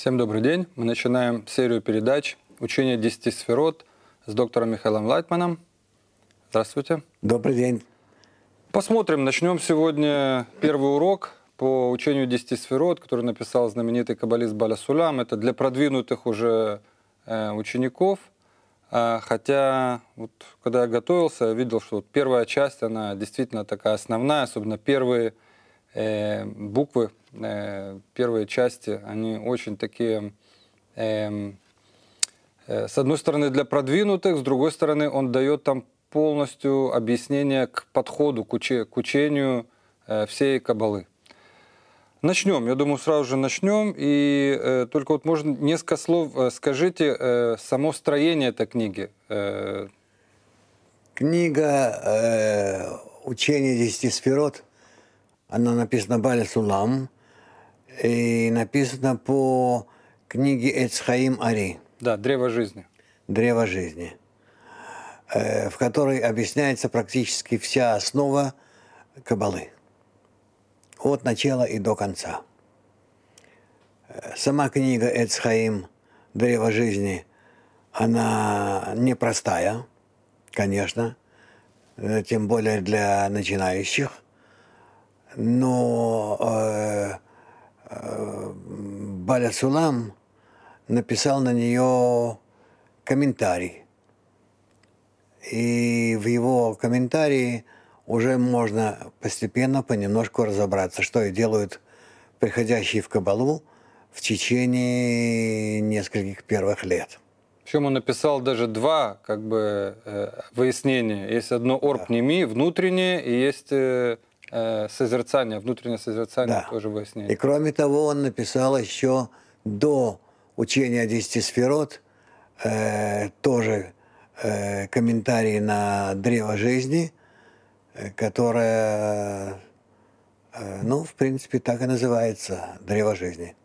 Всем добрый день. Мы начинаем серию передач «Учение 10 сферот» с доктором Михаилом Лайтманом. Здравствуйте. Добрый день. Посмотрим. Начнем сегодня первый урок по учению 10 сферот, который написал знаменитый каббалист Баля Сулам. Это для продвинутых уже учеников. Хотя, вот, когда я готовился, я видел, что вот первая часть, она действительно такая основная, особенно первые буквы, первые части, они очень такие, с одной стороны, для продвинутых, с другой стороны, он дает там полностью объяснение к подходу, к учению всей каббалы. Начнем, я думаю, сразу же начнем, и только вот, может, несколько слов скажите, само строение этой книги. Книга «Учение 10 сферот», она написана Баля Сулам и написана по книге Эц Хаим Ари. Да, «Древо жизни». «Древо жизни», в которой объясняется практически вся основа каббалы. От начала и до конца. Сама книга Эц Хаим «Древо жизни», она непростая, конечно, тем более для начинающих, но Баля Сулам написал на нее комментарий. И в его комментарии уже можно постепенно, понемножку разобраться, что и делают приходящие в каббалу в течение нескольких первых лет. Причем он написал даже два выяснения. Есть одно орб неми, внутреннее, и есть созерцание, внутреннее созерцание, Да. тоже выяснение. И кроме того, он написал еще до учения 10 сферот тоже комментарий на древо жизни, которое, в принципе, так и называется, древо жизни.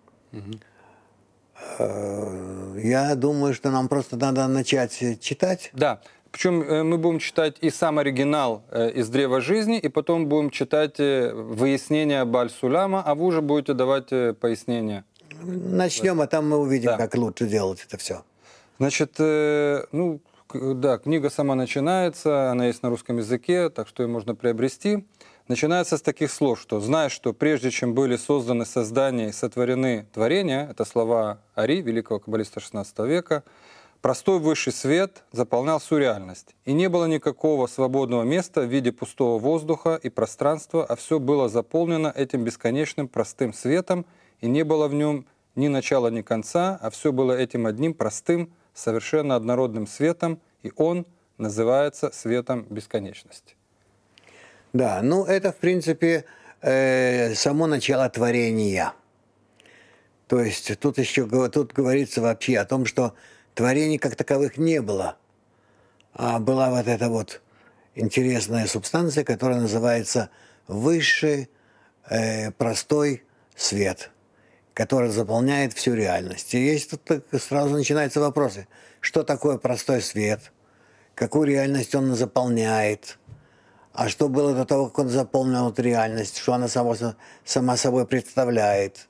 Я думаю, что нам просто надо начать читать. Да. Причем мы будем читать и сам оригинал из Древа жизни, и потом будем читать выяснения Баль Суляма, а вы уже будете давать пояснения. Начнем, а там мы увидим, Да. как лучше делать это все. Значит, да, книга сама начинается, она есть на русском языке, так что ее можно приобрести. Начинается с таких слов, что «Знаешь, что прежде чем были созданы создания и сотворены творения», это слова Ари, великого каббалиста XVI века, «простой высший свет заполнял всю реальность, и не было никакого свободного места в виде пустого воздуха и пространства, а все было заполнено этим бесконечным простым светом, и не было в нем ни начала, ни конца, а все было этим одним простым, совершенно однородным светом, и он называется светом бесконечности». Да, это, в принципе, само начало творения. То есть тут говорится вообще о том, что творений как таковых не было, а была вот эта вот интересная субстанция, которая называется высший простой свет, который заполняет всю реальность. И есть тут сразу начинаются вопросы. Что такое простой свет? Какую реальность он заполняет? А что было до того, как он заполнил эту реальность? Что она сама собой представляет?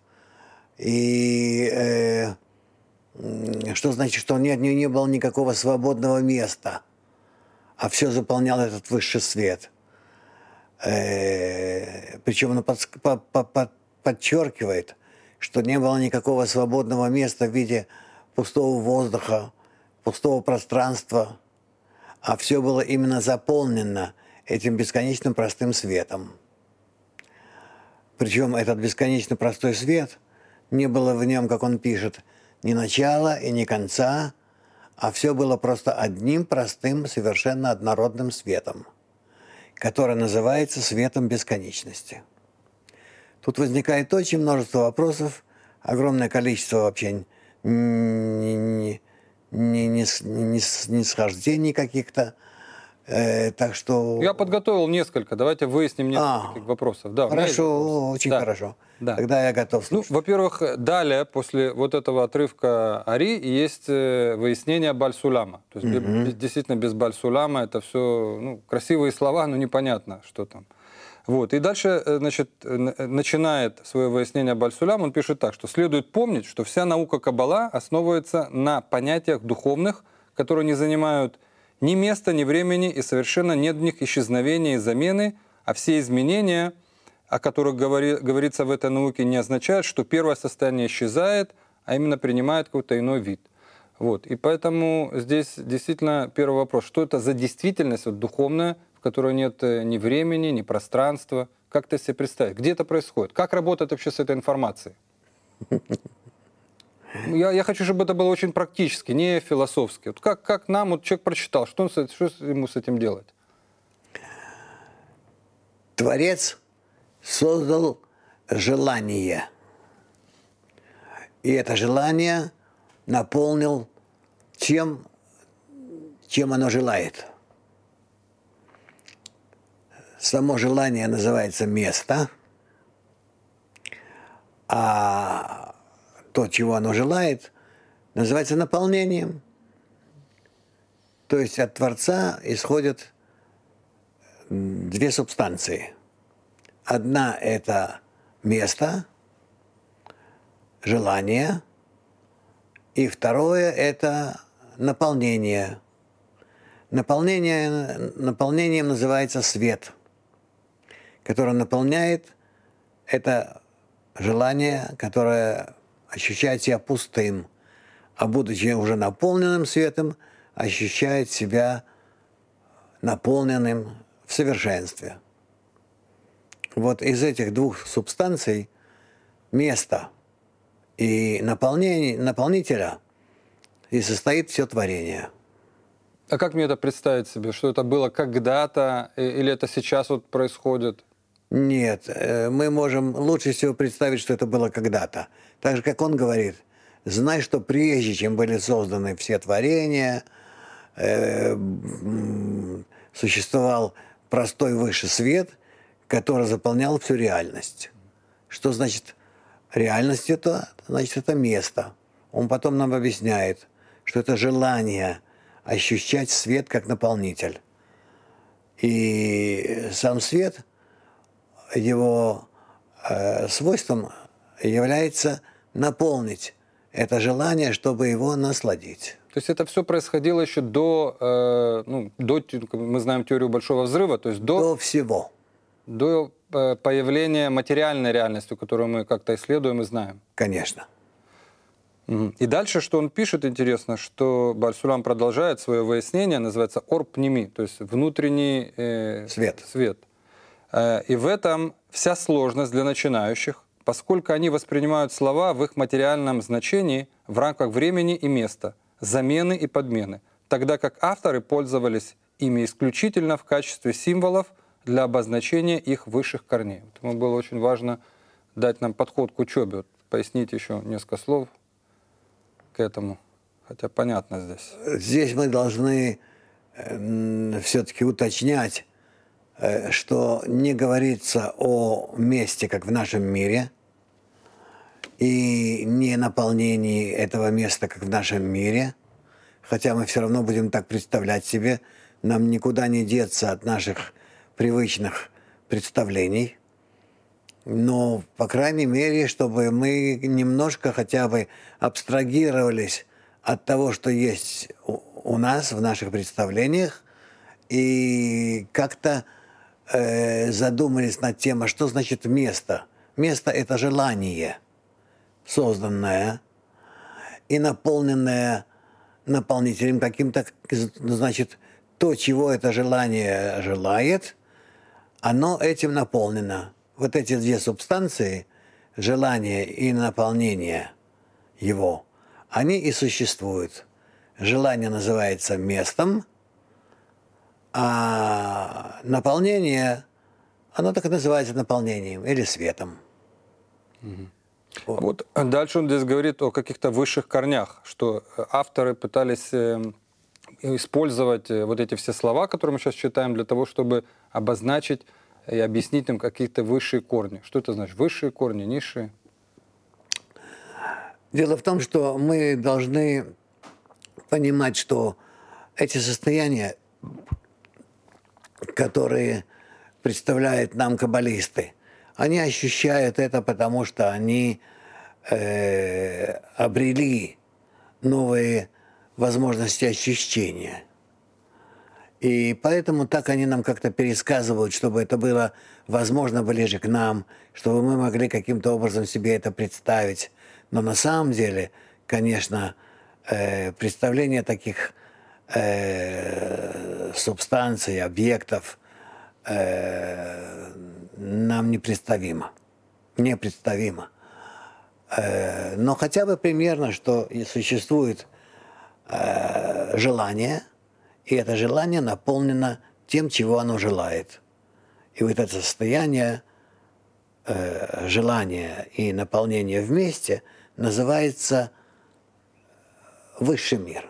И что значит, что не было никакого свободного места, а все заполнял этот высший свет? Причем он подчеркивает, что не было никакого свободного места в виде пустого воздуха, пустого пространства, а все было именно заполнено этим бесконечным простым светом. Причем этот бесконечно простой свет, не было в нем, как он пишет, ни начала и ни конца, а все было просто одним простым, совершенно однородным светом, который называется светом бесконечности. Тут возникает очень множество вопросов, огромное количество вообще несхождений каких-то. Так что... Я подготовил несколько, давайте выясним несколько таких вопросов. Да, хорошо, очень хорошо. Да. Тогда я готов слушать. Во-первых, далее, после вот этого отрывка Ари, есть выяснение Баль Суляма. То есть действительно без Баль Суляма это все красивые слова, но непонятно, что там. Вот. И дальше, значит, начинает свое выяснение Баль-Сулям, он пишет так, что следует помнить, что вся наука Каббала основывается на понятиях духовных, которые не занимают ни места, ни времени, и совершенно нет в них исчезновения и замены, а все изменения, о которых говорится в этой науке, не означают, что первое состояние исчезает, а именно принимает какой-то иной вид. Вот. И поэтому здесь действительно первый вопрос, что это за действительность вот, духовная, в которой нет ни времени, ни пространства. Как ты себе представить? Где это происходит? Как работать вообще с этой информацией? Я хочу, чтобы это было очень практически, не философски. Вот как нам, вот человек прочитал, что ему с этим делать? Творец создал желание. И это желание наполнил тем, чем оно желает. Само желание называется место, а то, чего оно желает, называется наполнением. То есть от Творца исходят две субстанции. Одна – это место, желание, и второе – это наполнение. Наполнением называется свет, который наполняет это желание, которое ощущает себя пустым, а будучи уже наполненным светом, ощущает себя наполненным в совершенстве. Вот из этих двух субстанций места и наполнителя и состоит все творение. А как мне это представить себе? Что это было когда-то или это сейчас вот происходит? Нет, мы можем лучше всего представить, что это было когда-то. Так же, как он говорит, знай, что прежде чем были созданы все творения, существовал простой высший свет, который заполнял всю реальность. Что значит реальность? Это значит, это место. Он потом нам объясняет, что это желание ощущать свет как наполнитель. И сам свет, его свойством является наполнить это желание, чтобы его насладить. То есть это все происходило еще до, мы знаем теорию Большого Взрыва, то есть До всего. до появления материальной реальности, которую мы как-то исследуем и знаем. Конечно. И дальше, что он пишет, интересно, что Баль-Сулам продолжает свое выяснение, называется орпними, то есть внутренний свет. И в этом вся сложность для начинающих, поскольку они воспринимают слова в их материальном значении в рамках времени и места, замены и подмены, тогда как авторы пользовались ими исключительно в качестве символов для обозначения их высших корней. Вот ему было очень важно дать нам подход к учебе, вот пояснить еще несколько слов к этому, хотя понятно здесь. Здесь мы должны все-таки уточнять, что не говорится о месте, как в нашем мире, и не наполнении этого места, как в нашем мире, хотя мы все равно будем так представлять себе, нам никуда не деться от наших привычных представлений, но, по крайней мере, чтобы мы немножко хотя бы абстрагировались от того, что есть у нас в наших представлениях, и как-то задумались над тем, а что значит место. Место – это желание, созданное и наполненное наполнителем каким-то, значит, то, чего это желание желает, оно этим наполнено. Вот эти две субстанции, желание и наполнение его, они и существуют. Желание называется местом, а наполнение, оно так и называется наполнением или светом. Вот дальше он здесь говорит о каких-то высших корнях, что авторы пытались использовать вот эти все слова, которые мы сейчас читаем, для того, чтобы обозначить и объяснить им какие-то высшие корни. Что это значит? Высшие корни, низшие? Дело в том, что мы должны понимать, что эти состояния, которые представляют нам каббалисты, они ощущают это, потому что они обрели новые возможности ощущения. И поэтому так они нам как-то пересказывают, чтобы это было, возможно, ближе к нам, чтобы мы могли каким-то образом себе это представить. Но на самом деле, конечно, представление таких субстанций, объектов нам непредставимо. Непредставимо. Но хотя бы примерно, что и существует желание, и это желание наполнено тем, чего оно желает. И вот это состояние желания и наполнения вместе называется высший мир.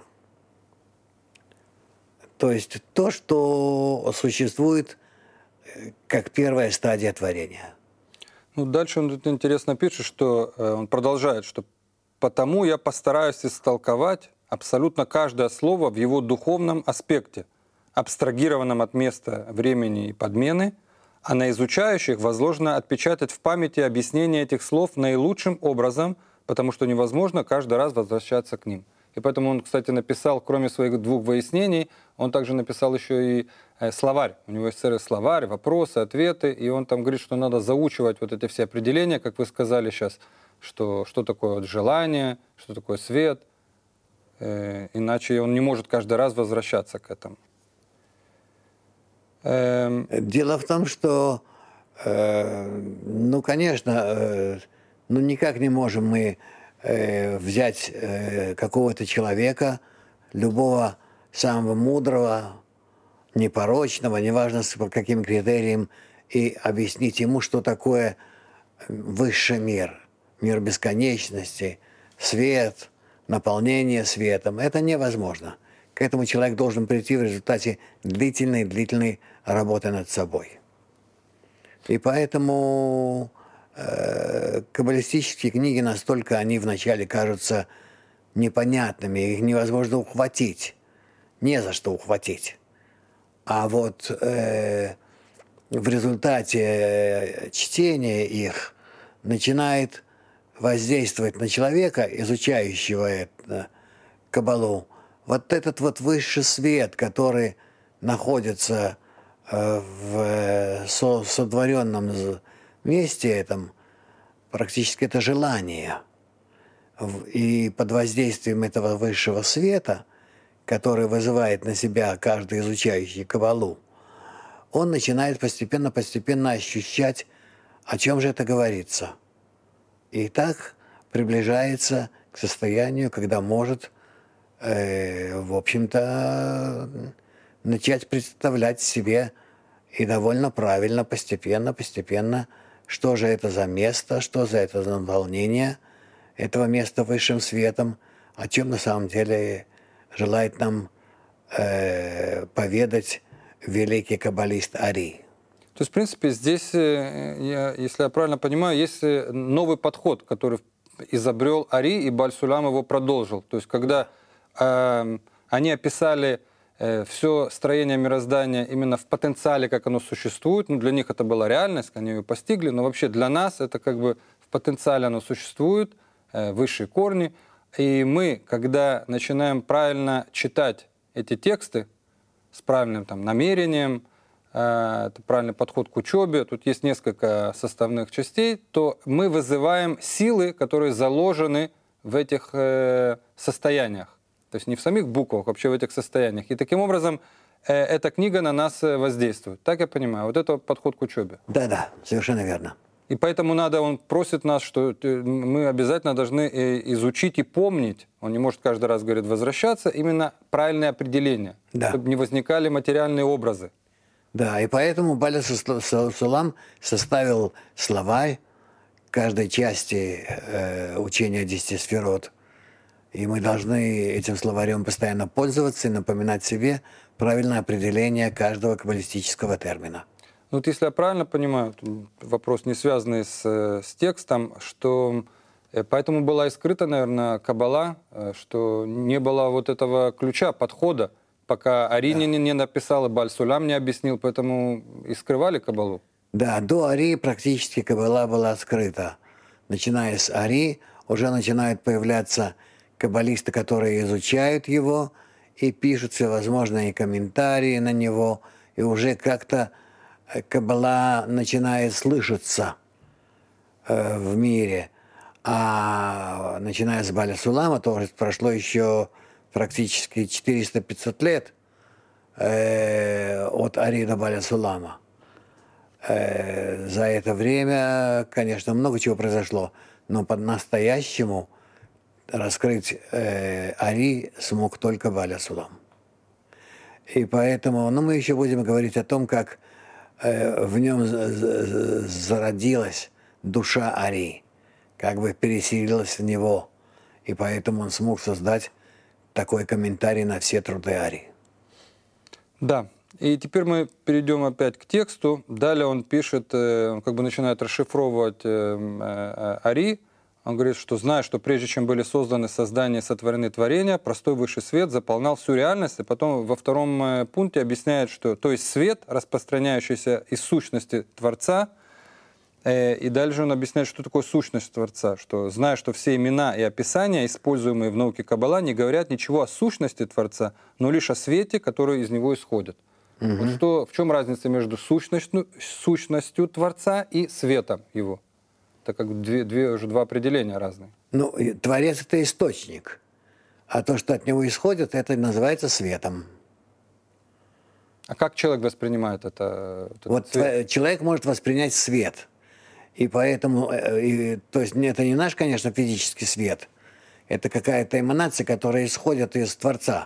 То есть то, что существует как первая стадия творения. Ну, дальше он тут интересно пишет, что он продолжает, что «потому я постараюсь истолковать абсолютно каждое слово в его духовном аспекте, абстрагированном от места, времени и подмены, а на изучающих возложено отпечатать в памяти объяснение этих слов наилучшим образом, потому что невозможно каждый раз возвращаться к ним». И поэтому он, кстати, написал, кроме своих двух выяснений, он также написал еще и словарь. У него есть целый словарь, вопросы, ответы, и он там говорит, что надо заучивать вот эти все определения, как вы сказали сейчас, что такое вот желание, что такое свет, иначе он не может каждый раз возвращаться к этому. Дело в том, что, ну, конечно, ну, никак не можем мы взять какого-то человека, любого самого мудрого, непорочного, неважно по каким критериям, и объяснить ему, что такое высший мир, мир бесконечности, свет, наполнение светом. Это невозможно. К этому человек должен прийти в результате длительной работы над собой. И поэтому каббалистические книги настолько они вначале кажутся непонятными, их невозможно ухватить, не за что ухватить. А вот в результате чтения их начинает воздействовать на человека, изучающего каббалу, вот этот вот высший свет, который находится в сотворенном месте этом, практически это желание. И под воздействием этого высшего света, который вызывает на себя каждый изучающий каббалу, он начинает постепенно ощущать, о чем же это говорится. И так приближается к состоянию, когда может, в общем-то, начать представлять себе и довольно правильно, постепенно, что же это за место, что за это за наполнение этого места высшим светом, о чем на самом деле желает нам поведать великий каббалист Ари. То есть, в принципе, здесь, если я правильно понимаю, есть новый подход, который изобрел Ари, и Баль-Сулам его продолжил. То есть, когда они описали все строение мироздания именно в потенциале, как оно существует, ну, для них это была реальность, они ее постигли, но вообще для нас это как бы в потенциале оно существует, высшие корни. И мы, когда начинаем правильно читать эти тексты с правильным там намерением, это правильный подход к учебе, тут есть несколько составных частей, то мы вызываем силы, которые заложены в этих состояниях. То есть не в самих буквах, вообще в этих состояниях. И таким образом эта книга на нас воздействует. Так я понимаю, вот это подход к учебе. Да, совершенно верно. И поэтому он просит нас, что мы обязательно должны изучить и помнить, он не может каждый раз, говорит, возвращаться, именно правильное определение, чтобы не возникали материальные образы. Да, и поэтому Баль-Сулам составил словарь каждой части учения 10 сферот. И мы должны этим словарем постоянно пользоваться и напоминать себе правильное определение каждого каббалистического термина. Ну вот если я правильно понимаю, вопрос не связанный с текстом, что поэтому была и скрыта, наверное, каббала, что не было вот этого ключа, подхода, пока Ари не написал, и Баль-Сулям не объяснил, поэтому и скрывали Кабалу. Да, до Ари практически Каббала была скрыта. Начиная с Ари уже начинают появляться каббалисты, которые изучают его и пишут всевозможные комментарии на него, и уже как-то Каббала начинает слышаться в мире. А начиная с Баля Сулама, то уже прошло еще практически 400-500 лет от Ари до Баля Сулама. За это время, конечно, много чего произошло, но по-настоящему раскрыть Ари смог только Баля Сулам. И поэтому, мы еще будем говорить о том, как в нем зародилась душа Ари, как бы переселилась в него, и поэтому он смог создать такой комментарий на все труды Ари. Да. И теперь мы перейдем опять к тексту. Далее он пишет, он как бы начинает расшифровывать Ари. Он говорит, что зная, что прежде чем были созданы создания и сотворены творения, простой высший свет заполнял всю реальность. И потом во втором пункте объясняет, что то есть свет, распространяющийся из сущности Творца. И дальше он объясняет, что такое сущность Творца, что зная, что все имена и описания, используемые в науке Каббала, не говорят ничего о сущности Творца, но лишь о свете, который из него исходит. Вот в чем разница между сущностью Творца и светом его? Это как уже два определения разные. И Творец – это источник, а то, что от него исходит, это называется светом. А как человек воспринимает это? Человек может воспринять свет, и поэтому, то есть это не наш, конечно, физический свет, это какая-то эманация, которая исходит из Творца.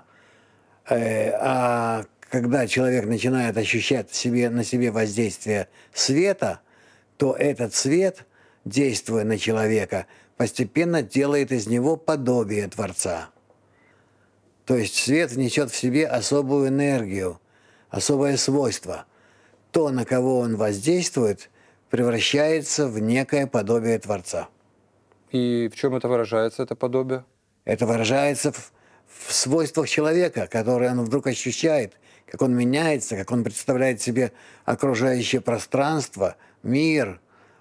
А когда человек начинает ощущать на себе воздействие света, то этот свет, действуя на человека, постепенно делает из него подобие Творца. То есть свет внесет в себе особую энергию, особое свойство. То, на кого он воздействует, превращается в некое подобие Творца. И в чем это выражается, это подобие? Это выражается в свойствах человека, которые он вдруг ощущает, как он меняется, как он представляет себе окружающее пространство, мир,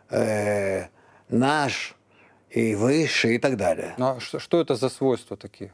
наш и высший и так далее. Ну, а что это за свойства такие?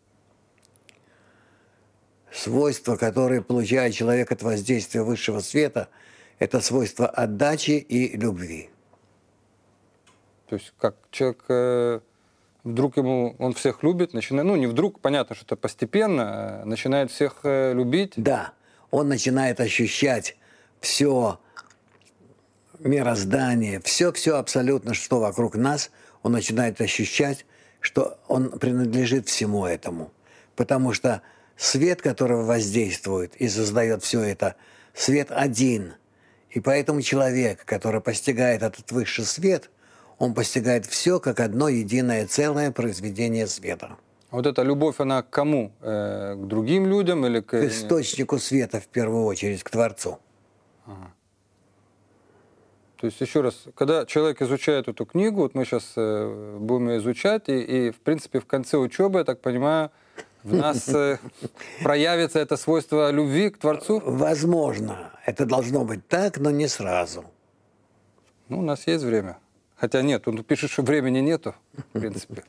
Свойства, которые получает человек от воздействия высшего света, это свойства отдачи и любви. То есть как человек вдруг он всех любит, начинает, не вдруг, понятно, что это постепенно, начинает всех любить. Да, он начинает ощущать все мироздание, все абсолютно, что вокруг нас, он начинает ощущать, что он принадлежит всему этому. Потому что свет, который воздействует и создает все это, свет один. И поэтому человек, который постигает этот высший свет, он постигает все как одно единое целое произведение света. Вот эта любовь, она к кому? К другим людям или К источнику света, в первую очередь, к Творцу. Ага. То есть, еще раз, когда человек изучает эту книгу, вот мы сейчас будем ее изучать, и, в принципе, в конце учебы, я так понимаю, в нас проявится это свойство любви к Творцу? Возможно. Это должно быть так, но не сразу. У нас есть время. Хотя нет, он пишет, что времени нету, в принципе.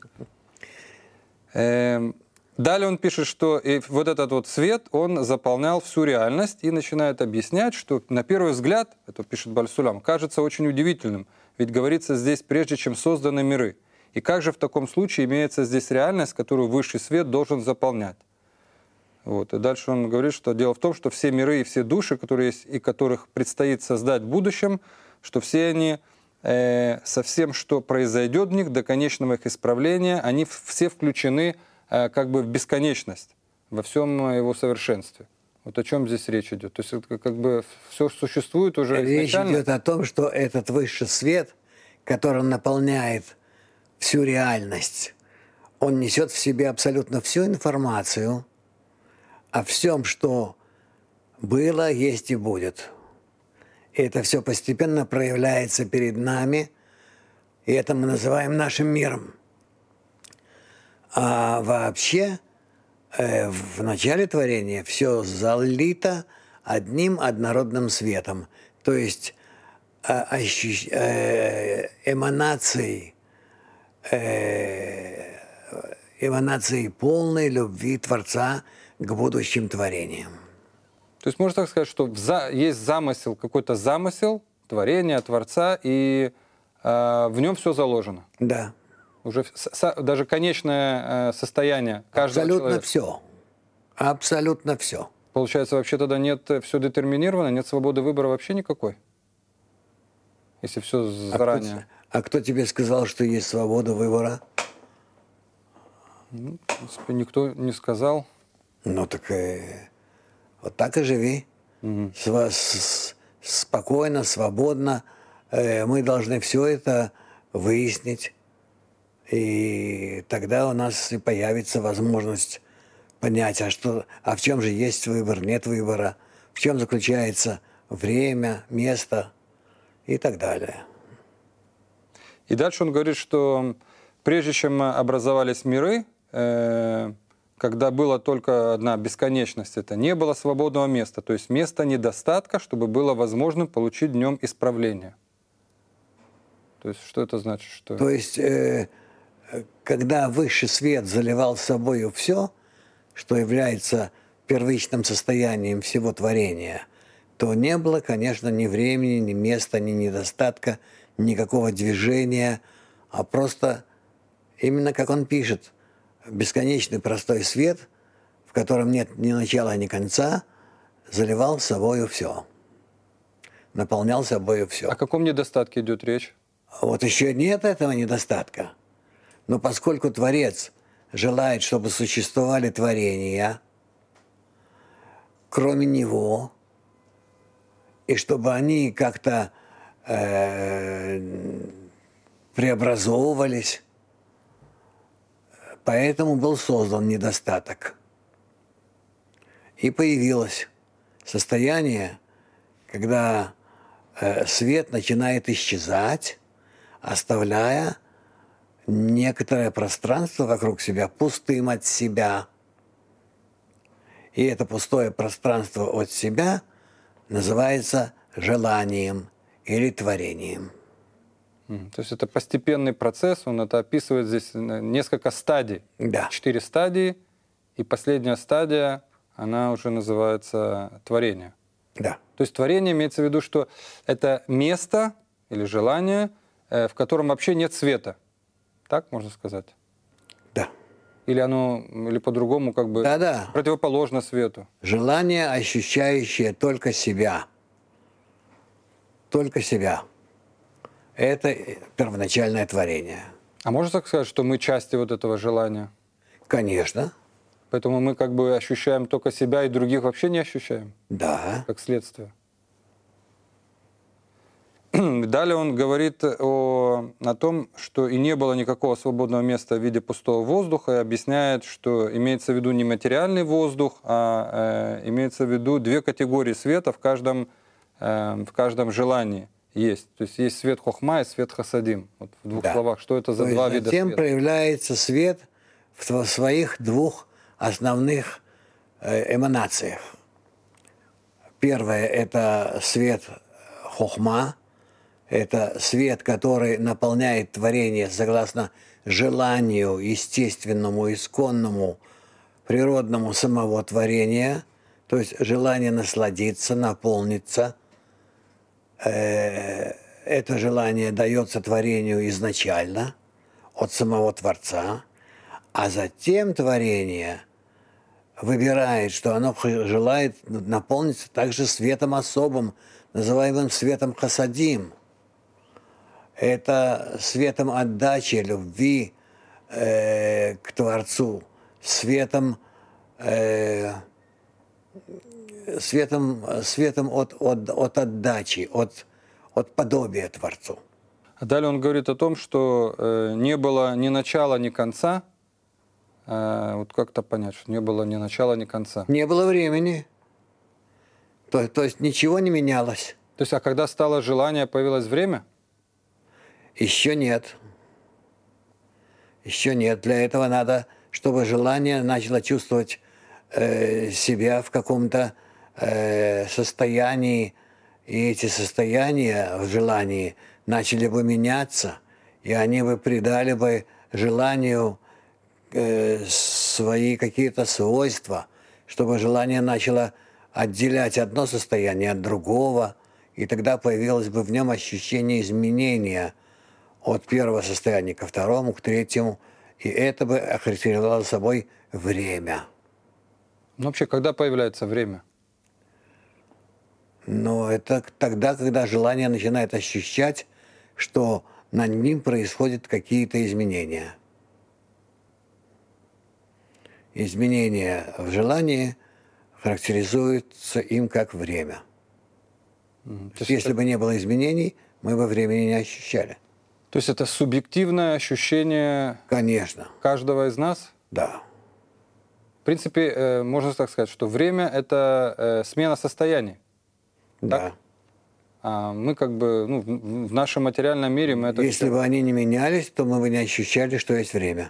Далее он пишет, что и вот этот вот свет, он заполнял всю реальность и начинает объяснять, что на первый взгляд, это пишет Баль-Сулям, кажется очень удивительным, ведь говорится здесь прежде, чем созданы миры. И как же в таком случае имеется здесь реальность, которую высший свет должен заполнять? Вот. И дальше он говорит, что дело в том, что все миры и все души, которые есть и которых предстоит создать в будущем, что все они со всем, что произойдет в них, до конечного их исправления, они все включены как бы в бесконечность, во всем его совершенстве. Вот о чем здесь речь идет. То есть это как бы все существует уже изначально. Речь идет о том, что этот высший свет, который наполняет всю реальность, он несет в себе абсолютно всю информацию о всем, что было, есть и будет. И это все постепенно проявляется перед нами, и это мы называем нашим миром. А вообще В начале творения все залито одним однородным светом, то есть эманацией, эманацией полной любви Творца к будущим творениям. То есть можно так сказать, что есть замысел, какой-то замысел творения Творца, и в нем все заложено. Да, Уже даже конечное состояние каждого абсолютно человека. все. Абсолютно все. Получается, вообще тогда нет, все детерминировано, нет свободы выбора вообще никакой? Если все заранее. А кто тебе сказал, что есть свобода выбора? В принципе, никто не сказал. Ну так вот так и живи. Спокойно, свободно. Мы должны все это выяснить. И тогда у нас и появится возможность понять, а в чем же есть выбор, нет выбора, в чем заключается время, место и так далее. И дальше он говорит, что прежде чем образовались миры, когда была только одна бесконечность, это не было свободного места, то есть места недостатка, чтобы было возможным получить в нем исправление. То есть что это значит? Что... То есть, когда высший свет заливал собою все, что является первичным состоянием всего творения, то не было, конечно, ни времени, ни места, ни недостатка, никакого движения, а просто, именно как он пишет, бесконечный простой свет, в котором нет ни начала, ни конца, заливал собою все, наполнял собою все. О каком недостатке идет речь? Вот еще нет этого недостатка. Но поскольку Творец желает, чтобы существовали творения, кроме Него, и чтобы они как-то преобразовывались, поэтому был создан недостаток. И появилось состояние, когда свет начинает исчезать, оставляя некоторое пространство вокруг себя пустым от себя. И это пустое пространство от себя называется желанием или творением. То есть это постепенный процесс, он это описывает здесь несколько стадий. Да. 4 стадии, и последняя стадия, она уже называется творение. Да. То есть творение имеется в виду, что это место или желание, в котором вообще нет света. Так можно сказать? Да. Или по-другому как бы Да-да. противоположно свету. Желание, ощущающее только себя. Только себя. Это первоначальное творение. А можно так сказать, что мы части вот этого желания? Конечно. Поэтому мы как бы ощущаем только себя и других вообще не ощущаем, Да. как следствие. Далее он говорит о том, что и не было никакого свободного места в виде пустого воздуха, и объясняет, что имеется в виду не материальный воздух, а имеется в виду 2 категории света в каждом желании есть. То есть есть свет хохма и свет хасадим. Вот в 2 словах, что это за То 2 есть вида затем света? проявляется свет в своих 2 основных эманациях. Первое – это свет хохма, это свет, который наполняет творение согласно желанию естественному, исконному, природному самого творения, то есть желание насладиться, наполниться. Это желание дается творению изначально, от самого Творца, а затем творение выбирает, что оно желает наполниться также светом особым, называемым светом хасадим. Это светом отдачи, любви к Творцу, светом от отдачи, от подобия Творцу. А далее он говорит о том, что не было ни начала, ни конца. Вот как-то понять, что не было ни начала, ни конца. Не было времени. То есть ничего не менялось. То есть, а когда стало желание, появилось время? Еще нет. Еще нет. Для этого надо, чтобы желание начало чувствовать себя в каком-то состоянии, и эти состояния в желании начали бы меняться, и они бы придали бы желанию свои какие-то свойства, чтобы желание начало отделять одно состояние от другого, и тогда появилось бы в нем ощущение изменения от первого состояния ко второму, к третьему, и это бы охарактеризовало собой время. Ну, вообще, когда появляется время? Но это тогда, когда желание начинает ощущать, что над ним происходят какие-то изменения. Изменения в желании характеризуются им как время. То есть Если это, бы не было изменений, мы бы времени не ощущали. то есть это субъективное ощущение Конечно, каждого из нас? да. В принципе, можно так сказать, что время – это смена состояний. Да. А мы как бы, ну, в нашем материальном мире мы это Если бы они не менялись, то мы бы не ощущали, что есть время.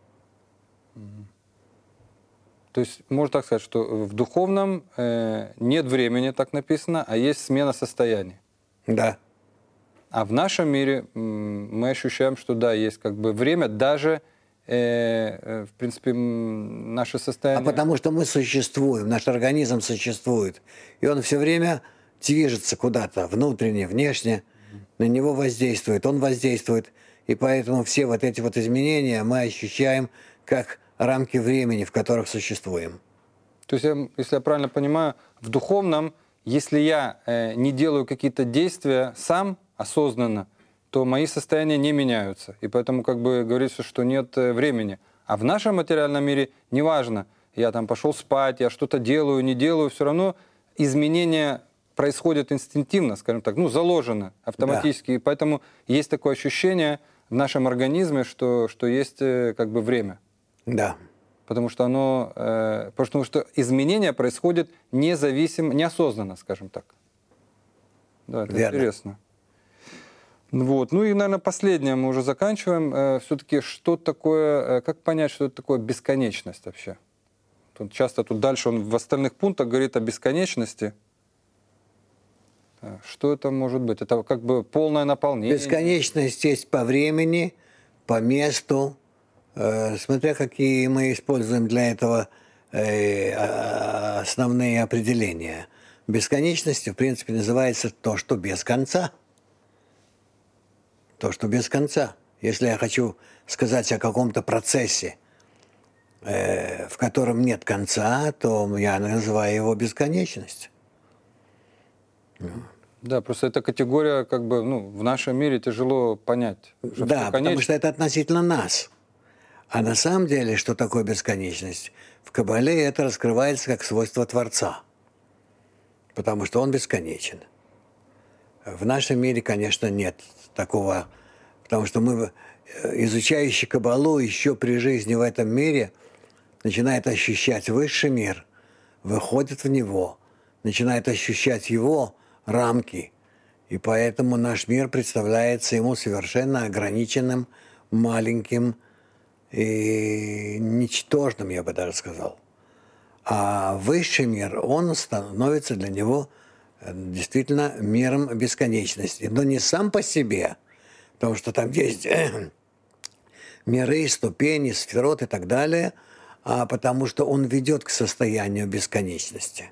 То есть можно так сказать, что в духовном нет времени, так написано, а есть смена состояний. Да. А в нашем мире мы ощущаем, что да, есть как бы время, даже, в принципе, наше А состояние. потому что мы существуем, наш организм существует, и он все время движется куда-то, внутренне, внешне, на него воздействует, он воздействует, и поэтому все вот эти вот изменения мы ощущаем как рамки времени, в которых существуем. То есть, если я правильно понимаю, в духовном, если я не делаю какие-то действия сам осознанно, то мои состояния не меняются. И поэтому как бы говорится, что нет времени. А в нашем материальном мире неважно, я там пошел спать, я что-то делаю, не делаю, все равно изменения происходят инстинктивно, скажем так, ну, заложено автоматически. И поэтому есть такое ощущение в нашем организме, что есть как бы время. Да. Потому что изменения происходят независимо, неосознанно, скажем так. Да, это Верно. интересно. Вот. Ну и, наверное, последнее, мы уже заканчиваем. Все-таки что такое, как понять, что это такое бесконечность вообще? Часто тут дальше он в остальных пунктах говорит о бесконечности. Что это может быть? Это как бы полное наполнение? Бесконечность есть по времени, по месту, смотря какие мы используем для этого основные определения. Бесконечностью, в принципе, называется то, что без конца. То, что без конца. Если я хочу сказать о каком-то процессе, в котором нет конца, то я называю его бесконечность. Да, просто эта категория как бы, ну, в нашем мире тяжело понять. Что Да, всё потому конечно. что это относительно нас. А на самом деле, что такое бесконечность? В Кабале это раскрывается как свойство Творца, потому что он бесконечен. В нашем мире, конечно, нет такого, потому что мы, изучающие Кабалу, еще при жизни в этом мире, начинает ощущать высший мир, выходит в него, начинает ощущать его рамки. И поэтому наш мир представляется ему совершенно ограниченным, маленьким и ничтожным, я бы даже сказал. А высший мир, он становится для него действительно миром бесконечности. Но не сам по себе, потому что там есть миры, ступени, сферот и так далее, а потому что он ведет к состоянию бесконечности.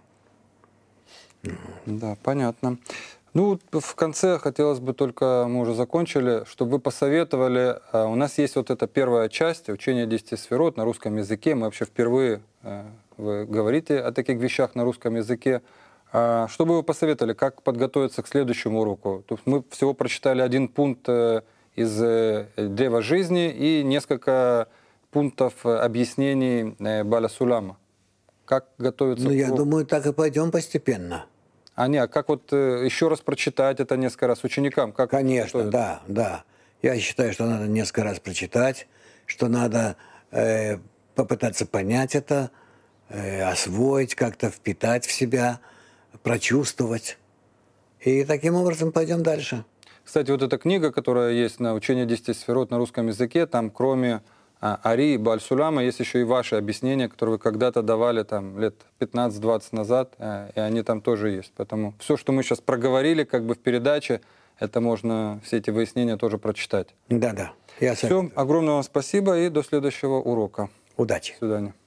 Да, понятно. Ну, в конце хотелось бы только, мы уже закончили, чтобы вы посоветовали, у нас есть вот эта первая часть, учение 10 сферот на русском языке, мы вообще впервые, вы говорите о таких вещах на русском языке. Что бы вы посоветовали, как подготовиться к следующему уроку? То есть мы всего прочитали один пункт из Древа жизни и несколько пунктов объяснений Баля Сулама. Как готовиться Ну, к я уроку? думаю, так и пойдем постепенно. А как вот еще раз прочитать это несколько раз ученикам? Как Конечно, готовиться? да. Я считаю, что надо несколько раз прочитать, что надо попытаться понять это, освоить, как-то впитать в себя, прочувствовать. И таким образом пойдем дальше. Кстати, вот эта книга, которая есть на учение 10 сферот на русском языке, там кроме Ари и Баль-Суляма, есть еще и ваши объяснения, которые вы когда-то давали там лет 15-20 назад, и они там тоже есть. Поэтому все, что мы сейчас проговорили как бы в передаче, это можно, все эти выяснения тоже прочитать. Да, я Все, советую. огромное вам спасибо и до следующего урока. Удачи. До свидания.